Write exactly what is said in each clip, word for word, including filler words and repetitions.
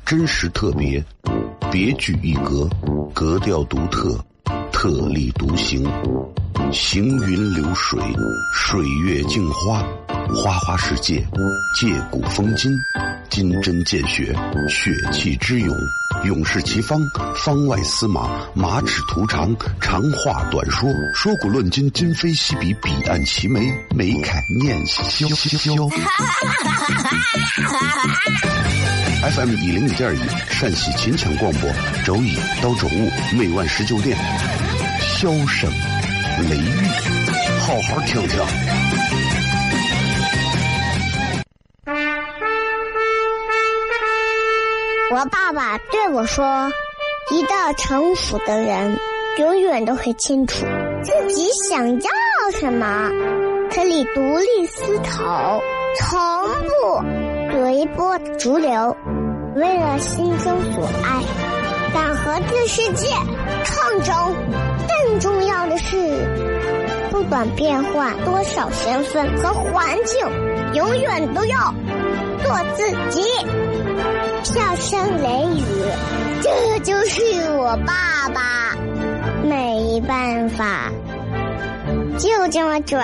真实特别，别具一格，格调独特，特立独行，行云流水，水月镜花，花花世界，借古风今，金针见血，血气之勇，勇士其方，方外司马，马齿图长，长话短说，说古论今，今非昔比，彼岸齐眉，眉凯念萧萧。F M 一零一点一陕西秦腔广播，周一到周五每晚十九点，箫声雷雨，好好听听。 我爸爸对我说，一个成熟的人永远都会清楚自己想要什么，可以独立思考，从不随波逐流，为了心中所爱，敢和这世界抗争。更重要的是，不管变换多少身份和环境，永远都要做自己。笑声雷雨，这就是我爸爸，没办法，就这么拽。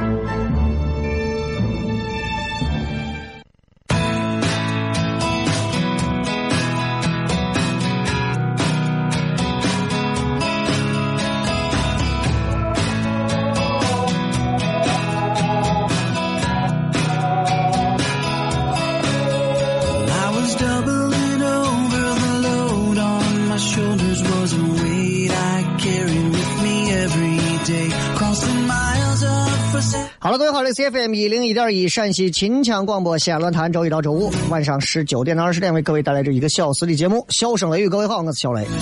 好了，各位好，这是 C F M 一零一点一陕西秦腔广播西安论坛，周一到周五晚上十九点到二十点为各位带来这一个小时的节目，笑声雷雨。各位好，我是小雷。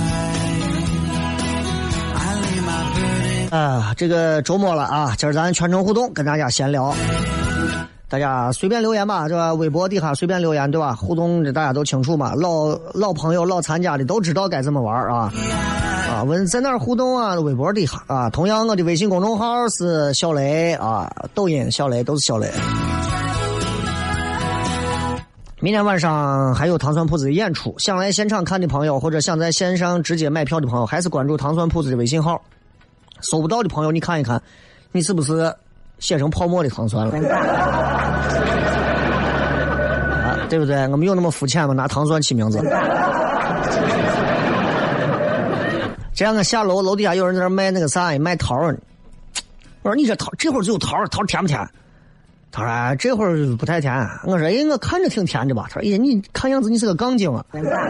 啊，这个周末了啊，今儿咱全程互动，跟大家闲聊，大家随便留言吧，对吧？微博底下随便留言，对吧？互动大家都清楚嘛，老老朋友、老参加的都知道该怎么玩啊。啊，问在哪儿互动啊？微博底下啊，同样我的微信公众号是小雷啊，抖音小雷都是小雷。明天晚上还有糖蒜铺子的演出，想来现场看的朋友或者想在线上直接买票的朋友，还是关注糖蒜铺子的微信号。搜不到的朋友，你看一看，你是不是写成泡沫的糖蒜了？啊，对不对？我们有那么肤浅吗？拿糖蒜起名字。这样我下楼，楼底下有人在那卖那个啥，卖桃儿。我说你这桃这会儿就有桃，桃甜不甜？他说、哎、这会儿不太甜。我说哎，我看着挺甜的吧？他说哎，你看样子你是个杠精啊。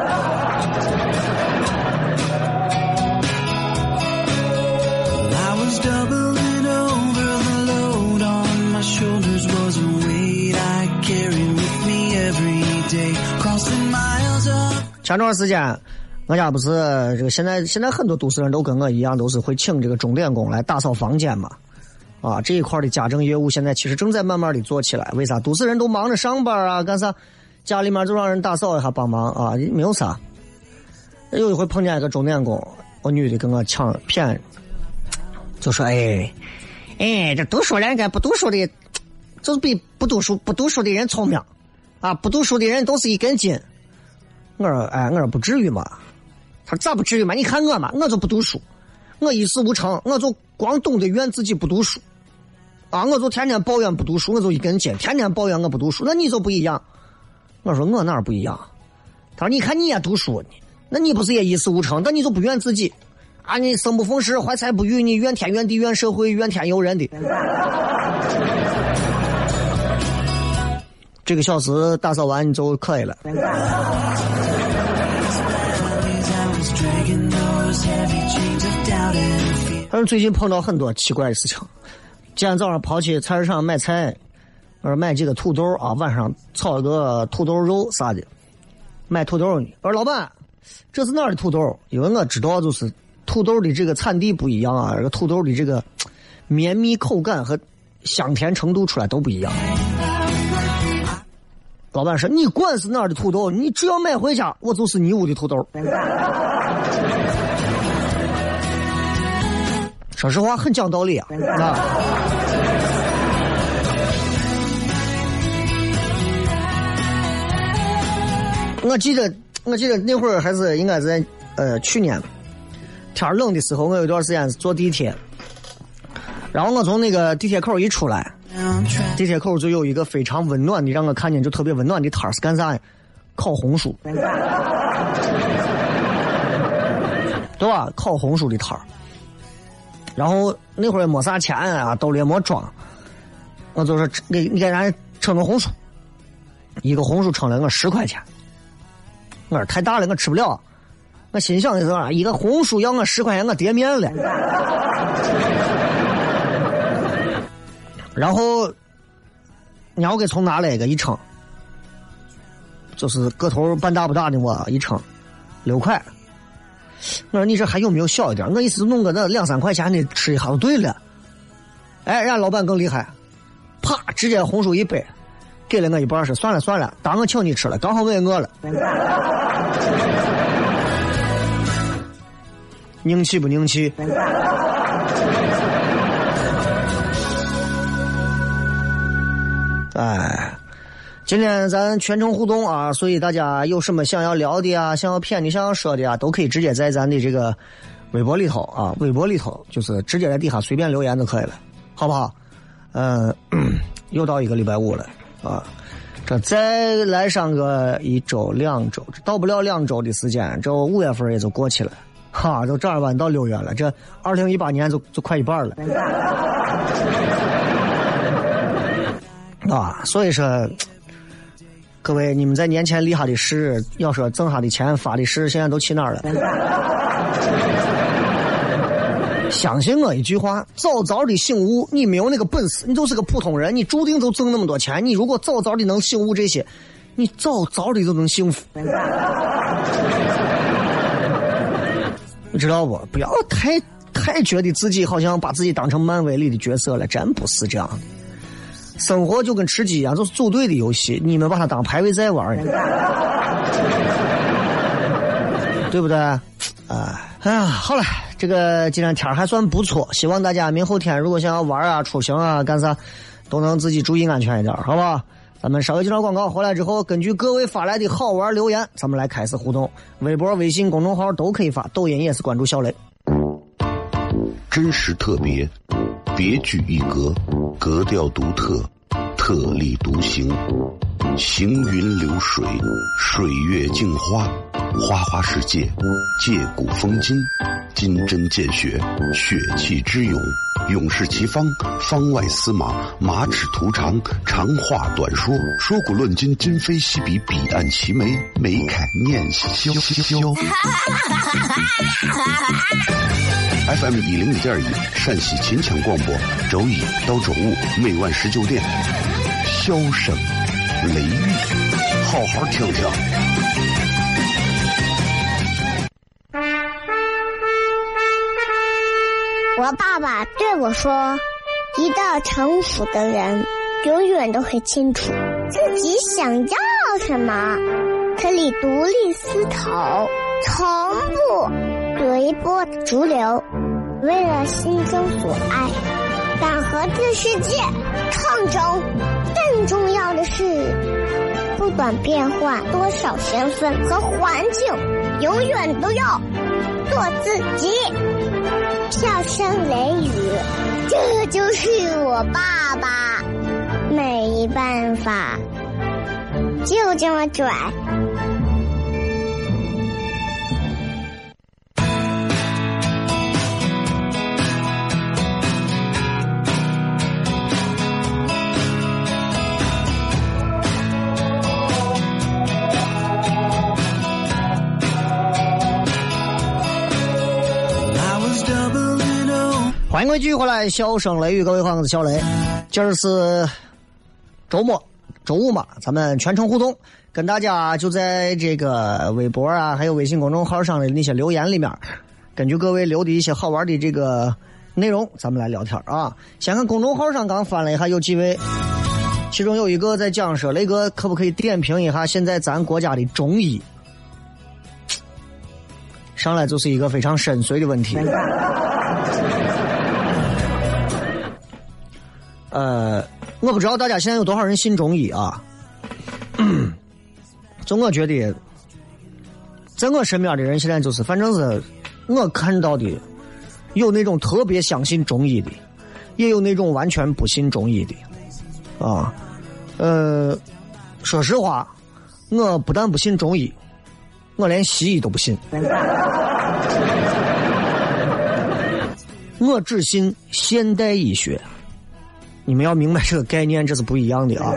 前段时间我家不是这个现在现在很多都市人都跟我一样，都是会请这个钟点工来打扫房间嘛。啊，这一块的家政业务现在其实正在慢慢的做起来。为啥？都市人都忙着上班啊，干啥？家里面就让人打扫一下帮忙啊，没有啥。有一回碰见一个钟点工，我女的跟我抢骗，就说哎哎，这读书人跟不读书的，就是比不读书不读书的人聪明啊，不读书的人都是一根筋。我说哎，我说不至于嘛。他说咋不至于嘛？你看我嘛，我就不读书，我一事无成，我就光懂得怨自己不读书啊，我就天天抱怨不读书，我就一根筋，天天抱怨我不读书。那你就不一样。我说我哪儿不一样？他说你看你也读书，那你不是也一事无成？但你就不怨自己啊？你生不逢时，怀才不遇，你怨天怨地怨社会怨天尤人的。这个小时打扫完你就可以了。但是最近碰到很多奇怪的事情。今天早上跑去菜市场买菜，我说买几个土豆啊，晚上炒一个土豆肉啥的。买土豆呢，我说老板，这是哪儿的土豆？因为我知道就是土豆的这个产地不一样啊，这个土豆的这个绵密口感和香甜程度出来都不一样。老板说你管是哪儿的土豆，你只要买回家我就是你屋的土豆。说实话很讲道理啊。啊我记得我记得那会儿还是应该在呃去年天冷的时候，我有一段时间坐地铁，然后我从那个地铁口一出来，地铁口就有一个非常温暖的，让我看见就特别温暖的摊儿，是干啥呀？烤红薯，对吧？烤红薯的摊儿。然后那会儿也没啥钱啊，兜里也没装，我就说给你给人称个红薯，一个红薯称了我十块钱，我说太大了，我吃不了。我心想的时候，一个红薯要我十块钱，我跌面了。然后你要给从哪来一个一称，就是个头半大不大的我一称六块。我说你这还有没有小一点？我意思弄个那两三块钱的吃一下就对了。哎，人家老板更厉害，啪直接红薯一杯，给了我一半，是算了算了，当我请你吃了，刚好我也饿了。拧气不拧气？哎。今天咱全程互动啊，所以大家有什么想要聊的啊，想要骗的，想要说的啊，都可以直接在咱的这个微博里头啊，微博里头就是直接在底下随便留言就可以了，好不好？嗯，又到一个礼拜五了啊，这再来上个一周两周，到不了两周的时间，这五月份也就过去了，哈，都正儿八经到六月了，这二零一八年就就快一半了，啊，所以说。各位，你们在年前立下的誓，要说挣下的钱发的誓，现在都去哪儿了？相信我一句话，早早的醒悟，你没有那个本事，你就是个普通人，你注定就挣那么多钱。你如果早早的能醒悟这些，你早早的就能幸福。你知道不？不要太太觉得自己好像把自己当成漫威里的角色了，真不是这样的。生活就跟吃鸡一样，就是组队的游戏，你们把它当排位在玩，对不对？啊、呃，哎呀，好了，这个今天天还算不错，希望大家明后天如果想要玩啊、出行啊、干啥，都能自己注意安全一点，好吧？咱们稍微介绍广告，回来之后，根据各位发来的好玩留言，咱们来开始互动。微博、微信公众号都可以发，抖音也是关注小雷。 真实特别，别具一格，格调独特，特立独行，行云流水，水月镜花，花花世界，借古风今，金针见血，血气之勇，勇士其方，方外司马，马齿图长，长话短说，说古论今，今非昔比，彼岸齐眉，眉开眼笑。F M 一零一点一陕西秦腔广播，周一到周五每晚十九点，笑声雷雨，好好听听。 我爸爸对我说，一个成熟的人永远都会清楚自己想要什么，可以独立思考，从不随波逐流，为了心中所爱，敢和这世界抗争。更重要的是，不管变换多少身份和环境，永远都要做自己。笑声雷雨，这就是我爸爸，没办法，就这么拽。 欢迎各位继续回来，笑声雷雨，各位好，我是小雷。今儿是周末，周五嘛，咱们全程互动，跟大家就在这个微博啊，还有微信公众号上的那些留言里面，根据各位留的一些好玩的这个内容，咱们来聊天啊。先看公众号上刚翻了一下，有几位，其中有一个在讲说，雷哥可不可以点评一下现在咱国家的中医？上来就是一个非常深邃的问题。呃，我不知道大家现在有多少人信中医啊？就我觉得， 在我身边的人现在就是，反正是我看到的，有那种特别相信中医的，也有那种完全不信中医的，啊，呃，说实话，我不但不信中医，我连西医都不信，我只信现代医学。你们要明白这个概念，这是不一样的啊。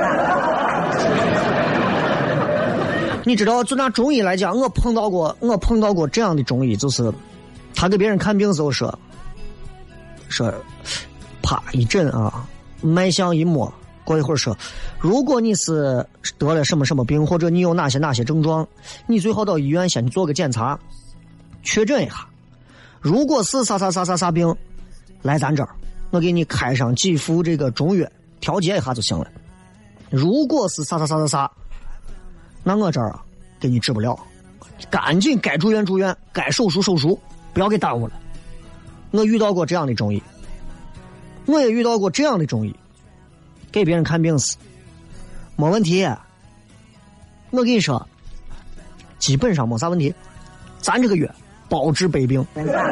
你知道，就拿中医来讲，我碰到过，我碰到过这样的中医，就是他给别人看病的时候说，说，啪一震啊，脉象一摸，过一会儿说，如果你是得了什么什么病，或者你有哪些哪些症状，你最好到医院先去做个检查，确诊一下。如果是啥啥啥啥啥病，来咱这儿，我给你开上几副这个中药，调节一下就行了。如果是啥啥啥啥啥，那我这儿啊，给你治不了，赶紧该住院住院，该手术手术，不要给耽误了。我遇到过这样的中医，我也遇到过这样的中医，给别人看病时没问题，我跟你说，基本上没啥问题，咱这个月包治百病，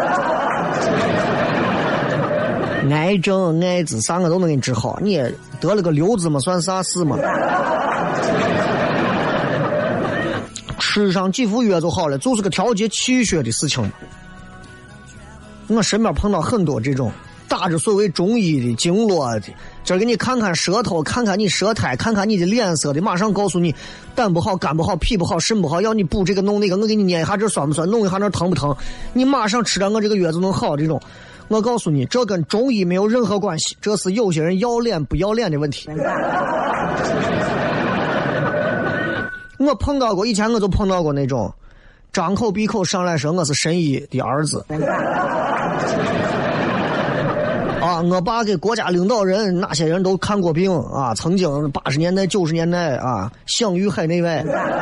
癌症、艾滋啥我都能给你治好，你得了个瘤子嘛，算啥事嘛？吃上几副药就好了，就是个调节气血的事情。我身边碰到很多这种打着所谓中医的经络的，这给你看看舌头，看看你舌苔，看看你的脸色的，马上告诉你胆不好、肝不好、脾不好、肾不好，要你补这个弄那个，我给你捏一下这酸不酸，弄一下那疼不疼，你马上吃点我这个药就能好。这种我告诉你，这跟中医没有任何关系，这是有些人要脸不要脸的问题。我碰到过，以前我就碰到过那种张口闭口上来说我是神医的儿子啊，我爸给国家领导人那些人都看过病啊，曾经八十年代九十年代啊享誉海内外。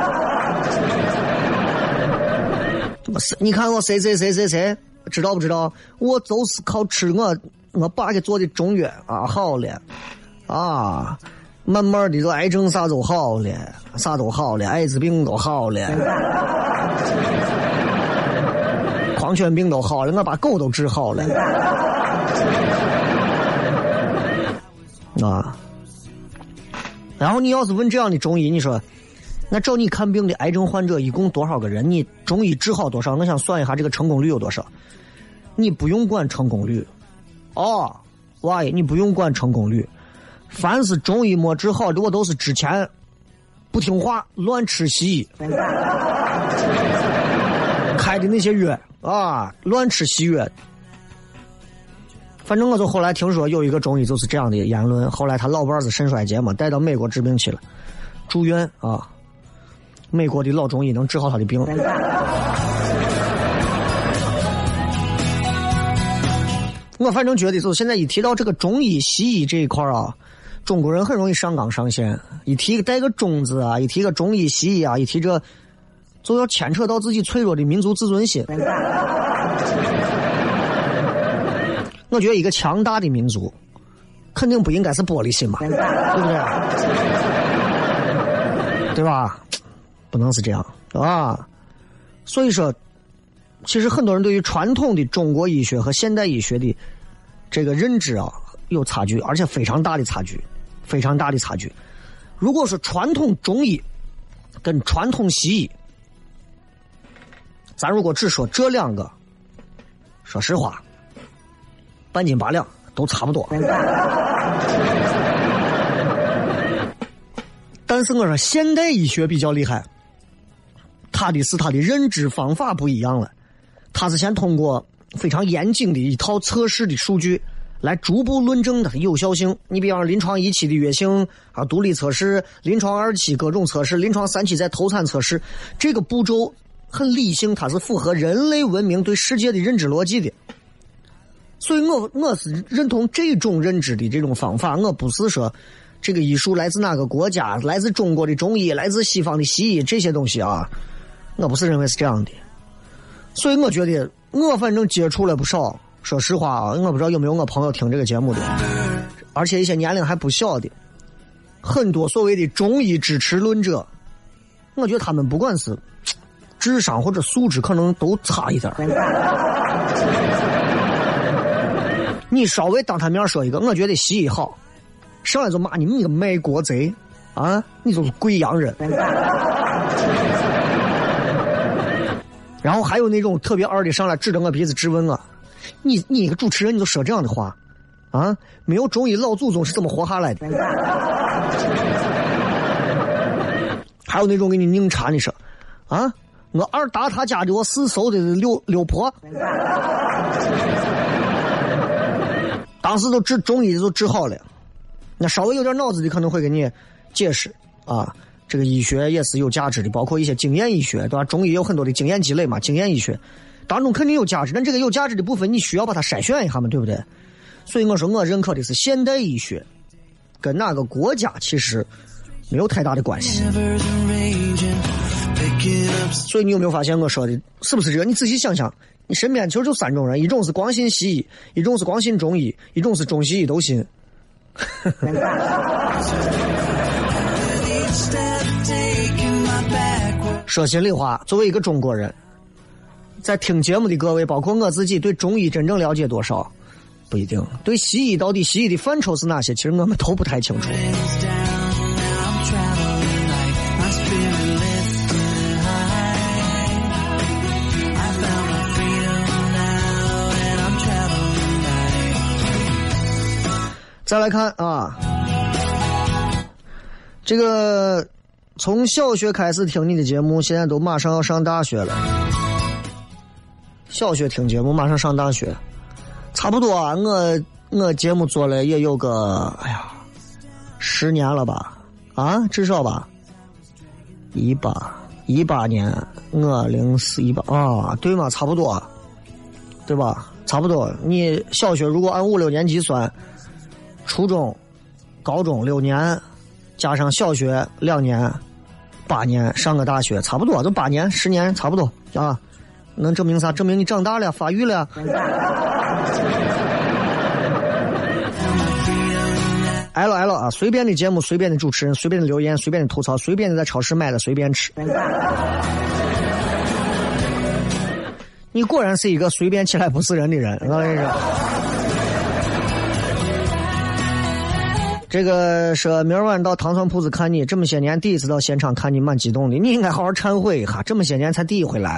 你看我谁谁谁谁谁知道不知道？我就是靠吃我我爸给做的中药啊好了啊，慢慢的这癌症啥都好了，啥都好了，艾滋病都好了，狂犬病都好了，我把狗都治好了啊。然后你要是问这样的中医，你说那照你看病的癌症患者一共多少个人，你中医治好多少？我想算一下这个成功率有多少。你不用管成功率哦，哇，你不用管成功率，凡是中医没治好的，我都是之前不听话乱吃西医开的那些药啊，乱吃西药。反正我就后来听说有一个中医就是这样的言论，后来他老伴儿是肾衰竭嘛，带到美国治病去了，住院啊，美国的老中医能治好他的病。我反正觉得就是现在一提到这个中医西医这一块啊，中国人很容易上纲上线，一提带个中字啊，一提个中医西医啊，一提这就要牵扯到自己脆弱的民族自尊心。我觉得一个强大的民族肯定不应该是玻璃心嘛，对不对？对吧？不能是这样啊。所以说其实很多人对于传统的中国医学和现代医学的这个认知啊有差距，而且非常大的差距，非常大的差距。如果说传统中医跟传统西医，咱如果只说这两个，说实话半斤八两都差不多。但是我说现代医学比较厉害，他的是他的认知方法不一样了，他是先通过非常严谨的一套测试的数据来逐步论证它的有效性。你比方说临床一期的约性啊，独立测试，临床二期各种测试，临床三期在投产测试，这个步骤很理性，它是符合人类文明对世界的认知逻辑的。所以我我是认同这种认知的这种方法，我不是说这个医术来自哪个国家，来自中国的中医，来自西方的西医，这些东西啊，我不是认为是这样的。所以我觉得我反正接触了不少，说实话啊，我不知道有没有我朋友听这个节目的，而且一些年龄还不小的，很多所谓的中医支持论者，我觉得他们不管是智商或者素质可能都差一点。你稍微当他面说一个，我觉得西医好，上来就骂你们你个卖国贼啊，你就是贵阳人。然后还有那种特别二的上来指着我鼻子质问我，你你一个主持人你就说这样的话啊？没有中医老祖宗是怎么活下来的？还有那种给你拧茶，你说啊，我二打他家的我四搜的六六婆，当时都治中医都治好了，那稍微有点脑子的可能会给你解释啊，这个医学也是有价值的，包括一些经验医学，对吧？中医有很多的经验积累嘛，经验医学当中肯定有价值，但这个有价值的部分你需要把它筛选一下嘛，对不对？所以我说我认可的是现代医学，跟哪个国家其实没有太大的关系。所以你有没有发现我说的是不是这个？你仔细想想，你身边其实就三种人，一种是光信西医，一种是光信中医，一种是中西医都信。说心里话，作为一个中国人，在听节目的各位，包括我自己，对中医真正了解多少不一定，对西医到底西医的范畴是哪些，其实我们都不太清楚。再来看啊，这个从小学开始听你的节目，现在都马上要上大学了。小学听节目，马上上大学，差不多啊。我我节目做了也有个，哎呀，十年了吧？啊，至少吧。一八一八年，我零四一八啊，对吗？差不多，对吧？差不多。你小学如果按五六年级算。初中、高中六年，加上小学两年，八年，上个大学，差不多就八年、十年，差不多啊。能证明啥？证明你长大了，发育了。挨了挨了啊！随便的节目，随便的主持人，随便的留言，随便的吐槽，随便的在超市买的，随便吃。你果然是一个随便起来不是人的人，我跟你说。这个说明儿晚到糖蒜铺子看你，这么些年第一次到现场看你，蛮激动的。你应该好好忏悔一下，这么些年才第一回来。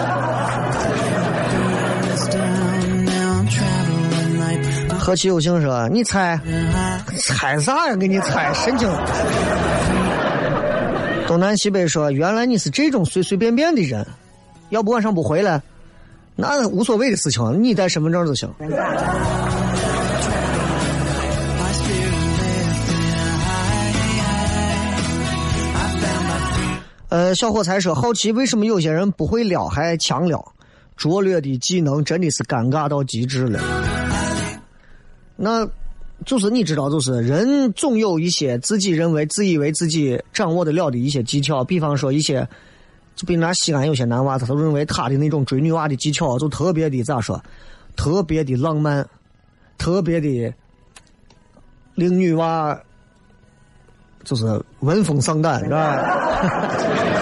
何其有幸说，你猜猜啥呀？给你猜，神经。东南西北说，原来你是这种随随便便的人，要不晚上不回来，那无所谓的事情，你带身份证就行。呃，小伙才说，好奇为什么有些人不会撩还强撩，拙劣的技能真的是尴尬到极致了。那就是你知道，就是人总有一些自己认为自以为自己掌握得了的一些技巧，比方说一些，就比如拿西安有些男娃，他都认为他的那种追女娃的技巧就特别的咋说，特别的浪漫，特别的令女娃就是闻风丧胆，是吧？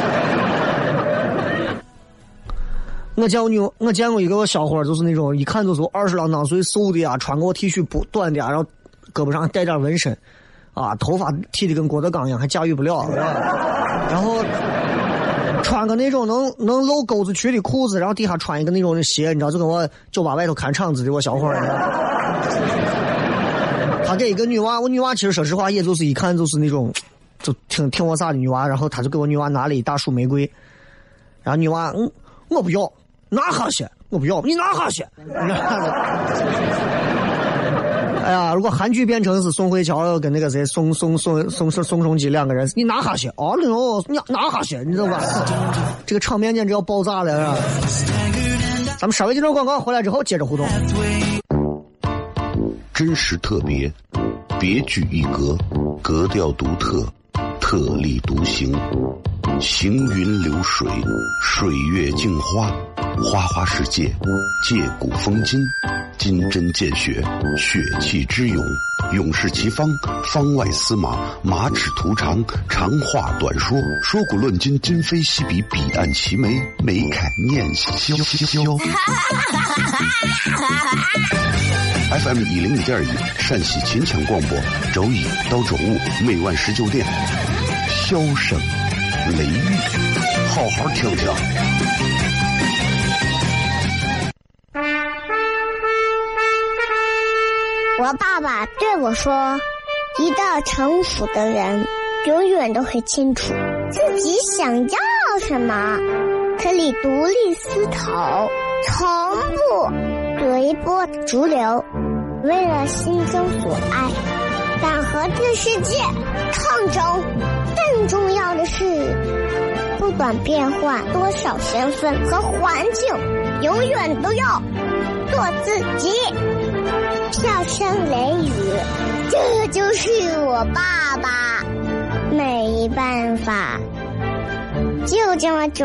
我见过女，我见过一个小伙，就是那种一看就是二十郎当岁瘦的呀，穿个 T 恤不短的呀，然后胳膊上带点纹身，啊，头发剃的跟郭德纲一样，还驾驭不了，是吧？然后穿个那种能能露沟子区的裤子，然后底下穿一个那种的鞋，你知道，就跟我酒吧外头看场子的我小伙儿。他给一个女娃，我女娃其实说实话，也就是一看就是那种，就挺挺我啥的女娃，然后他就给我女娃拿了一大束玫瑰，然后女娃，嗯，我不要。拿下去，我不要，你拿下去。哎呀，如果韩剧变成是宋慧乔跟那个谁宋宋宋宋宋宋仲基两个人，你拿下去，哦哟，你拿下去，你知道吧？这个场面简直要爆炸了啊！咱们稍微接着广告，回来之后接着互动。 真实特别，别具一格，格调独特，特立独行，行云流水，水月镜花。花花世界，借古风今，金针见血，血气之勇， 勇士齐方，方外司马，马齿图长，长话短说，说古论今，今非昔比，彼岸齐眉，眉开念萧萧。F M 一零一点一，陕西秦腔广播，周一到周五每晚十九点，箫声雷雨，好好听听。 我爸爸对我说，一个成熟的人永远都会清楚自己想要什么，可以独立思考，从不随波逐流，为了心中所爱，敢和这世界抗争。更重要的是，不管变换多少身份和环境，永远都要做自己。笑声雷雨，这就是我爸爸，没办法，就这么拽。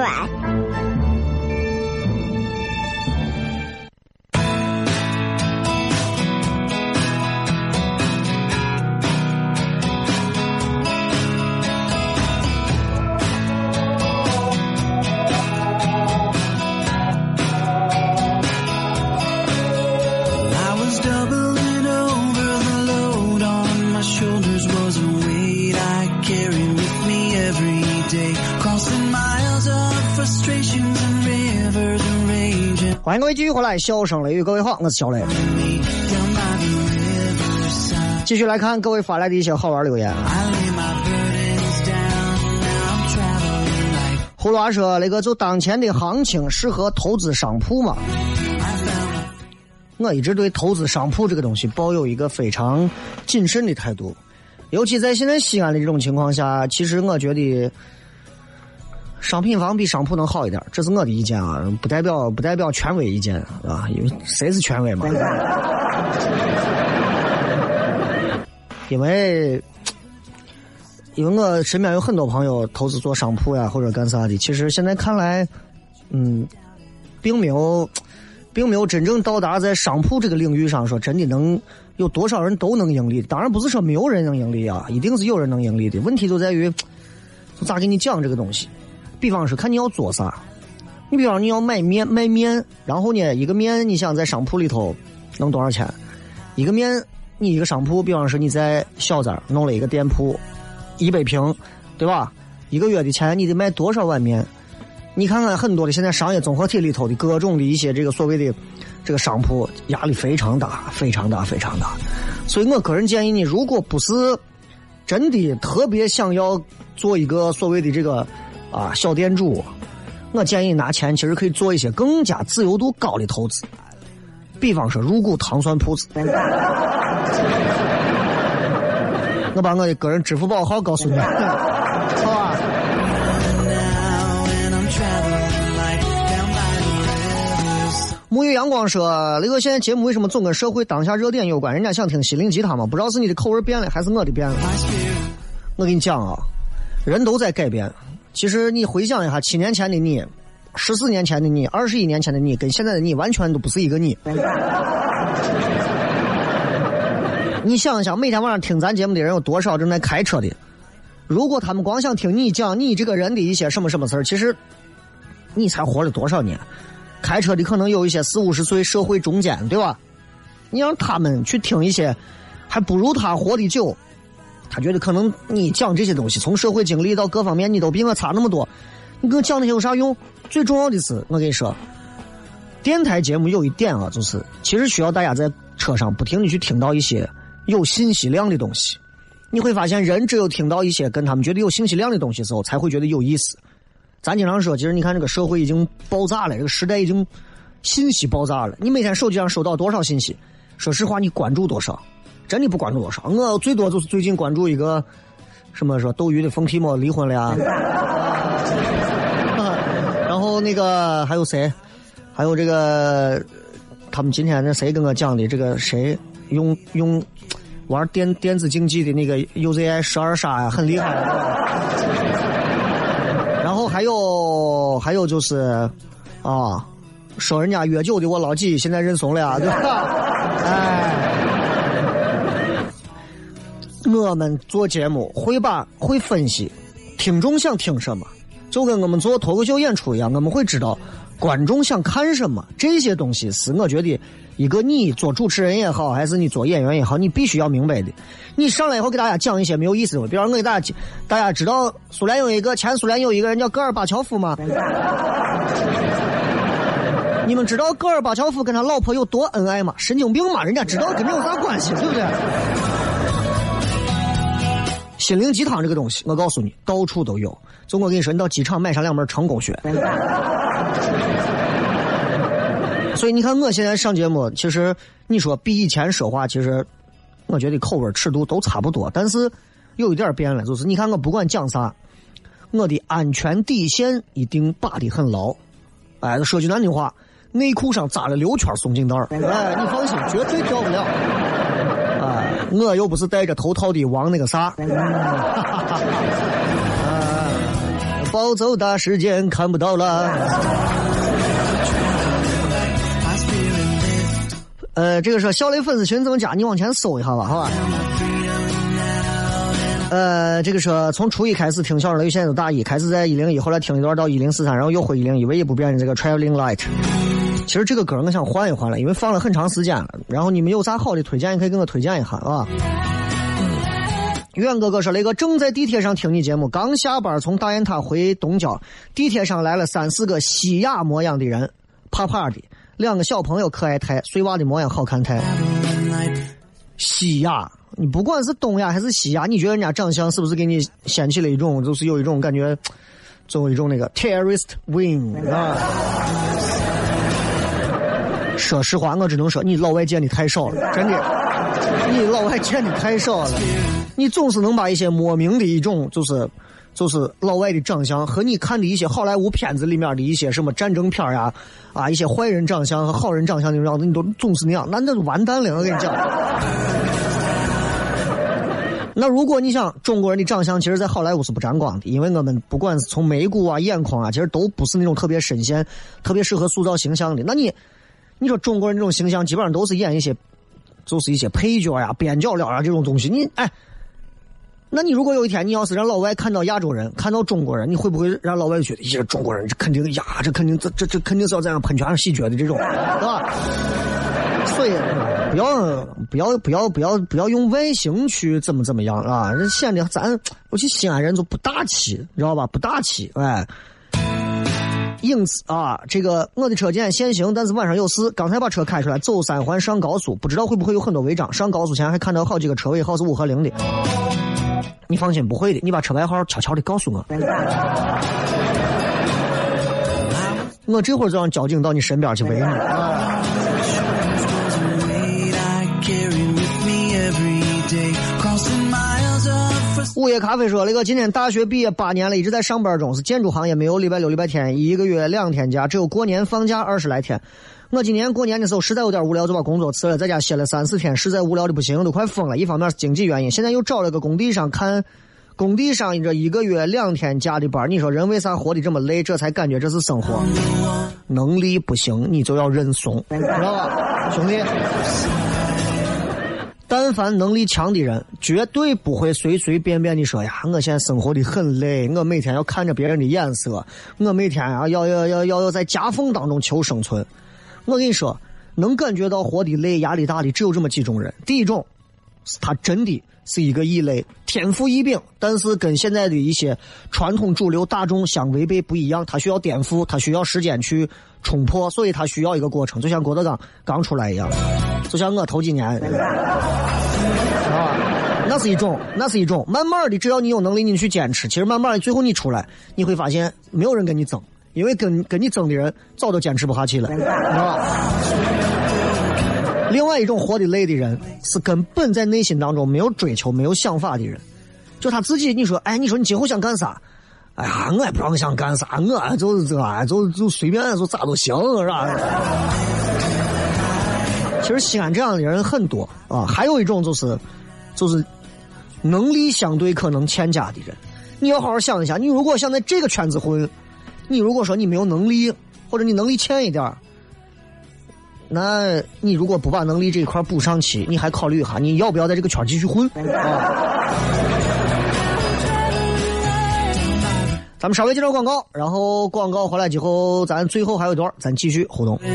欢迎各位继续回来，笑声雷雨，各位好，我是小雷。继续来看各位发来的一些好玩留言。胡老说那个就当前的行情适合投资商铺吗？我一直对投资商铺这个东西抱有一个非常谨慎的态度，尤其在现在西安的这种情况下，其实我觉得商品房比商铺能好一点，这是我的意见啊，不代表不代表权威意见啊，因为谁是权威嘛？因为因为我身边有很多朋友投资做商铺呀，或者干啥的，其实现在看来，嗯，并没有并没有真正到达在商铺这个领域上说真的能有多少人都能盈利。当然不是说没有人能盈利啊，一定是有人能盈利的。问题就在于，就咋给你讲这个东西？比方说看你要做啥，你比方你要买面卖面，然后呢一个面你想在商铺里头能多少钱？一个面你一个商铺，比方说你在小寨弄了一个店铺，一百平，对吧？一个月的钱你得卖多少碗面？你看看很多的现在商业综合体里头的各种的一些这个所谓的这个商铺，压力非常大，非常大，非常大。所以我个人建议你，如果不是真的特别想要做一个所谓的这个啊小店主，我建议拿钱其实可以做一些更加自由度高的投资，比方说入股糖蒜铺子。我把我的个人支付宝号告诉你，好吧？沐浴阳光说，那个现在节目为什么总跟社会当下热点有关？人家想听心灵鸡汤吗？不知道是你的口味变了还是我的变了。我跟你讲啊，人都在改变。其实你回想一下，七年前的你，十四年前的你，二十一年前的你，跟现在的你完全都不是一个你。你想一想，每天晚上听咱节目的人有多少正在开车的？如果他们光想听你讲你这个人的一些什么什么事儿，其实你才活了多少年？开车的可能有一些四五十岁社会中间，对吧？你让他们去听一些还不如他活的久，他觉得可能你讲这些东西从社会经历到各方面你都比我差那么多，你给我讲那些有啥用？最重要的是我跟你说，电台节目有一点啊，就是其实需要大家在车上不停地去听到一些有信息量的东西。你会发现人只有听到一些跟他们觉得有信息量的东西的时候才会觉得有意思。咱经常说，其实你看这个社会已经爆炸了，这个时代已经信息爆炸了。你每天手机上收到多少信息？说实话，你关注多少？真的不关注多少。我最多就是最近关注一个什么说斗鱼的冯提莫离婚了呀，然后那个还有谁？还有这个他们今天那谁跟我讲的这个谁用用玩电电子竞技的那个 U Z I 十二杀呀，很厉害。然后还有还有就是啊，收人家约酒的我老几现在认怂了呀，对吧？哎， 我们做节目会把会分析听众想听什么，就跟我们做脱口秀演出一样，我们会知道观众想看什么。这些东西是我觉得一个你做主持人也好，还是你做演员也好，你必须要明白的。你上来以后给大家讲一些没有意思的，比方我给大家，大家知道苏联有一个前苏联有一个人叫戈尔巴乔夫吗？你们知道戈尔巴乔夫跟他老婆有多恩爱吗？神经病吗？人家知道跟这有啥关系，对不对？心灵鸡汤这个东西，我告诉你，到处都有。就我跟你说，你到机场买上两本成功学。所以你看，我现在上节目，其实你说比以前说话，其实我觉得口味尺度都差不多，但是有一点变了，就是你看我不管讲啥，我的安全底线一定把得很牢。哎，说句难听话，内裤上扎了六圈松紧带，哎，你放心，绝对掉不了。哎，我又不是戴着头套的王那个啥。哎，暴走大时间看不到了。呃，这个是小雷粉丝群怎么加？你往前搜一下吧，好吧。呃，这个是从初一开始听小雷，现在都大一，开始在一零一，后来听一段到一零四三，然后又回一零一，唯一不变的这个 Traveling Light。其实这个歌我想换一换了，因为放了很长时间了。然后你们有啥好的推荐，也可以跟我推荐一下啊。袁哥哥说，雷哥正在地铁上听你节目，刚下班从大雁塔回东郊，地铁上来了三四个西亚模样的人，怕怕的。两个小朋友可爱太，碎娃的模样好看太。西亚，你不管是东亚还是西亚，你觉得人家长相是不是给你掀起了一种，就是有一种感觉，作为一种那个 terrorist wing 啊？说实话，我只能说你老外见的太少了，真的，你老外见的太少了。你总是能把一些莫名的一种就是。就是老外的长相和你看的一些好莱坞片子里面的一些什么战争片呀，啊，一些坏人长相和好人长相那种样子，你都总是那样，那那就完蛋了。我跟你讲，那如果你想中国人的长相，其实在好莱坞是不沾光的，因为我们不管是从眉骨啊、眼眶啊，其实都不是那种特别深陷、特别适合塑造形象的。那你，你说中国人这种形象，基本上都是演一些，就是一些配角呀、边角料啊这种东西。你哎。那你如果有一天你要是让老外看到亚洲人，看到中国人，你会不会让老外觉得这中国人这肯定呀，这肯定这这这肯定是要这样喷泉洗脚的这种，对吧？所以不要不要不要不要不要用外形去怎么怎么样啊，这显得咱尤其西安人就不大气，知道吧？不大气，哎。因此啊，这个我的车检限行，但是晚上有事，刚才把车开出来走三环上高速，不知道会不会有很多违章。上高速前还看到好几个车位号是五和零的。你放心，不会的，你把车牌号悄悄的告诉我，我这会儿就让交警到你身边去围你。午夜咖啡说，那个今天大学毕业八年了，一直在上班中，是建筑行业，没有礼拜六礼拜天，一个月两天假，只有过年放假二十来天。我今年过年的时候实在有点无聊，就把工作辞了，在家歇了三四天，实在无聊的不行，都快疯了。一方面是经济原因，现在又找了个工地上看，工地上这一个月两天假的班，你说人为啥活得这么累？这才感觉这是生活。能力不行，你就要认怂，知道吧，兄弟？但凡能力强的人，绝对不会随随便便的说呀，我现在生活的很累，我每天要看着别人的眼色，我每天啊要要要要要在夹缝当中求生存。我跟你说，能感觉到活的累、压力大的只有这么几种人。第一种，他真的是一个异类，天赋异禀，但是跟现在的一些传统主流大众相违背不一样，他需要颠覆，他需要时间去冲破，所以他需要一个过程，就像郭德纲刚出来一样，就像我头几年啊，那是一种，那是一种，慢慢的，只要你有能力，你去坚持，其实慢慢的，最后你出来，你会发现没有人跟你争。因为跟跟你争的人早都坚持不下去了，知道吧？另外一种活得累的人是根本在内心当中没有追求、没有想法的人，就他自己，你说，哎，你说你今后想干啥？哎呀，我也不知道我想干啥，我就是这，就就随便就咋都行，是吧？其实西安这样的人很多啊，还有一种就是就是能力相对可能欠佳的人，你要好好想一下，你如果想在这个圈子混。你如果说你没有能力，或者你能力欠一点，那你如果不把能力这一块补上去，你还考虑一下你要不要在这个圈继续混啊？ 咱们稍微接着广告，然后广告回来之后，咱最后还有一段，咱继续互动。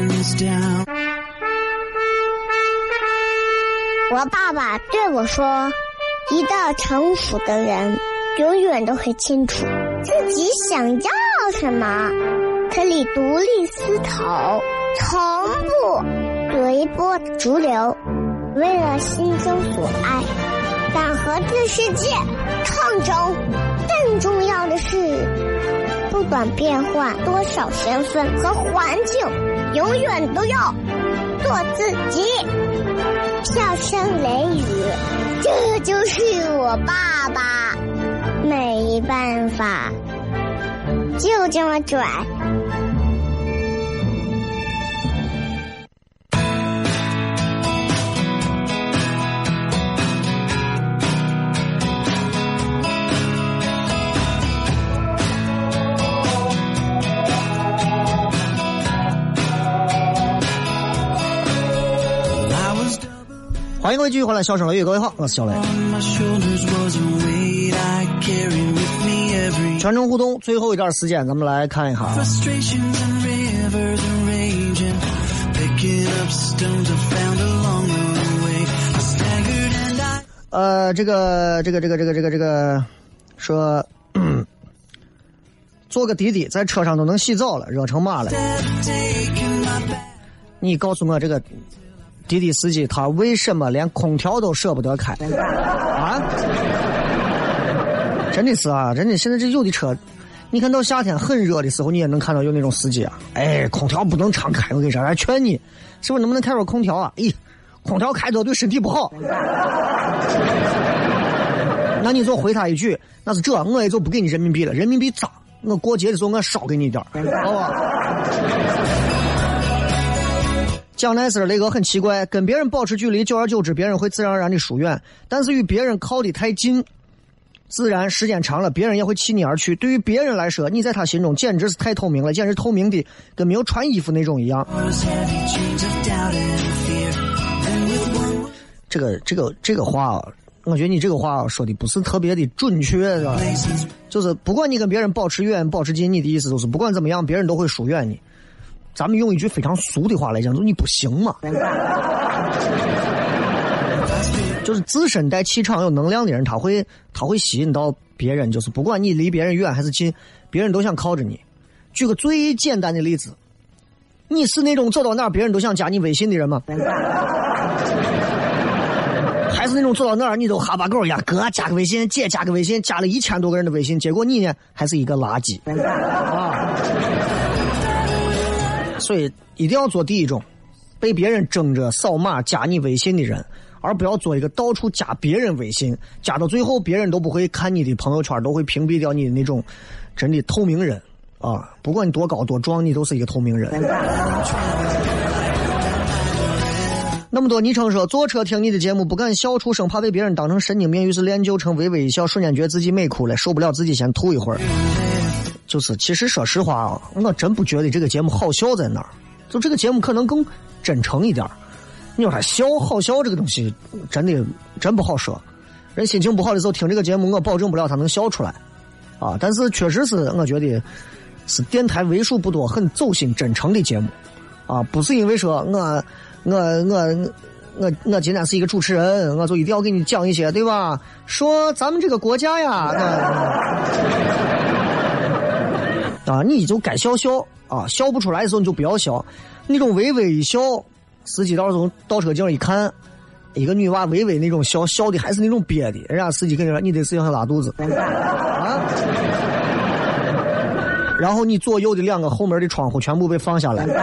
我爸爸对我说，一到成熟的人永远都会清楚自己想要什么，可以独立思考，从不随波逐流，为了心中所爱，敢和这世界抗争。更重要的是，不管变换多少身份和环境，永远都要做自己。笑声雷雨，这就是我爸爸。没办法，就这么拽。 欢迎各位继续回来，笑声雷雨，各位好，我是小雷。全程互动，最后一段时间，咱们来看一看啊。呃，这个，这个，这个，这个，这个，这个，说，嗯、坐个滴滴在车上都能洗澡了，热成嘛了。你告诉我这个。滴滴司机他为什么连空调都舍不得开啊？真的是啊，真的现在这有的车，你看到夏天很热的时候，你也能看到有那种司机啊，哎，空调不能常开，我跟你说，还劝你，是不是能不能开会空调啊？咦，空调开多对身体不好。那你就回他一句，那是这，我也就不给你人民币了，人民币涨，我过节的时候我少给你一点，好吧？讲那事雷哥很奇怪，跟别人保持距离，久而久之，别人会自然而然的疏远；但是与别人靠得太近，自然时间长了，别人也会弃你而去。对于别人来说，你在他心中简直是太透明了，简直透明的跟没有穿衣服那种一样。这个这个这个话，我觉得你这个话说的不是特别的准确，是吧？就是不管你跟别人保持远、保持近，你的意思就是不管怎么样，别人都会疏远你。咱们用一句非常俗的话来讲，就是你不行嘛。就是自身带气场有能量的人，他会他会吸引到别人，就是不管你离别人远还是近，别人都想靠着你。举个最简单的例子，你是那种走到哪儿别人都想加你微信的人吗？还是那种走到那儿你都哈巴狗呀，哥加个微信，姐加个微信，加了一千多个人的微信，结果你呢还是一个垃圾啊！所以一定要做第一种，被别人争着扫码加你微信的人，而不要做一个到处加别人微信，加到最后别人都不会看你的朋友圈，都会屏蔽掉你的那种真的透明人啊！不管你多高多壮，你都是一个透明人。那么多昵称说，坐车听你的节目不敢笑出声，怕被别人当成神经病，于是练就成微微一笑，瞬间觉得自己美哭了，受不了自己先吐一会儿。就是其实说实话啊，我真不觉得这个节目好笑在哪儿，就这个节目可能更真诚一点。你说他笑好笑这个东西真的真不好说，人心情不好的时候听这个节目，我保证不了他能笑出来啊。但是确实是我觉得是电台为数不多很走心真诚的节目啊，不是因为说我我我我我今天是一个主持人，我就一定要给你讲一些，对吧？说咱们这个国家呀，啊，你就该笑笑啊，笑不出来的时候你就不要笑。那种微微一笑，司机到时候倒车镜一看，一个女娃微微那种笑，笑的还是那种憋的，人家司机跟你说你得是想拉肚子啊。然后你左右的两个后门的窗户全部被放下来。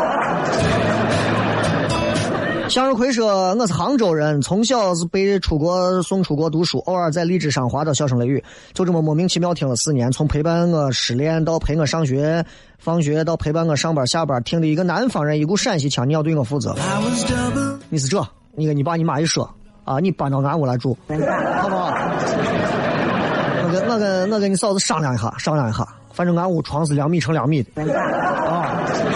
向日葵说，我是杭州人，从小是被出国送出国读书，偶尔在荔枝上滑到笑声雷雨，就这么莫名其妙听了四年，从陪伴我失恋到陪我上学放学到陪伴我上班下班，听的一个南方人一股陕西腔，你要对我负责。你是这你跟你爸你妈一说啊，你搬到俺屋来住好不好？我跟我跟我跟你嫂子商量一下商量一下，反正俺屋床是两米乘两米的啊，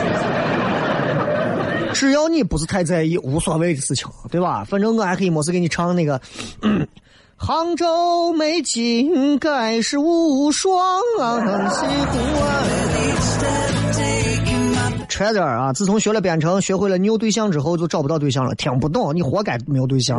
只要你不是太在意，无所谓的事情，对吧？反正我还可以没事给你唱那个，嗯、 杭州美景盖世无双啊，西湖啊。Trader 啊，自从学了编程，学会了你有对象之后就找不到对象了，听不懂，你活该没有对象。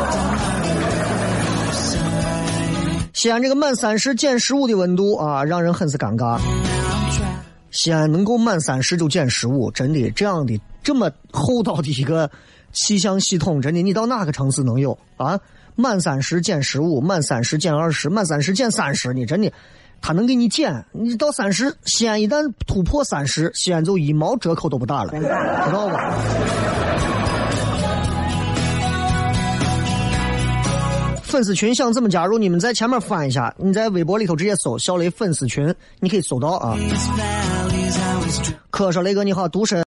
西安这个满三十减十五的温度啊，让人很是尴尬。西安能够满三十就减十五，真的这样的这么厚道的一个气象系统，真的你到哪个城市能有啊？满三十减十五，满三十减二十，满三十减三十，你真的他能给你减，你到三十，西安一旦突破三十，西安就一毛折扣都不大了，知道吧？粉丝群想怎么加入？你们在前面翻一下，你在微博里头直接搜小雷粉丝群，你可以搜到啊。可说雷哥你好，独身。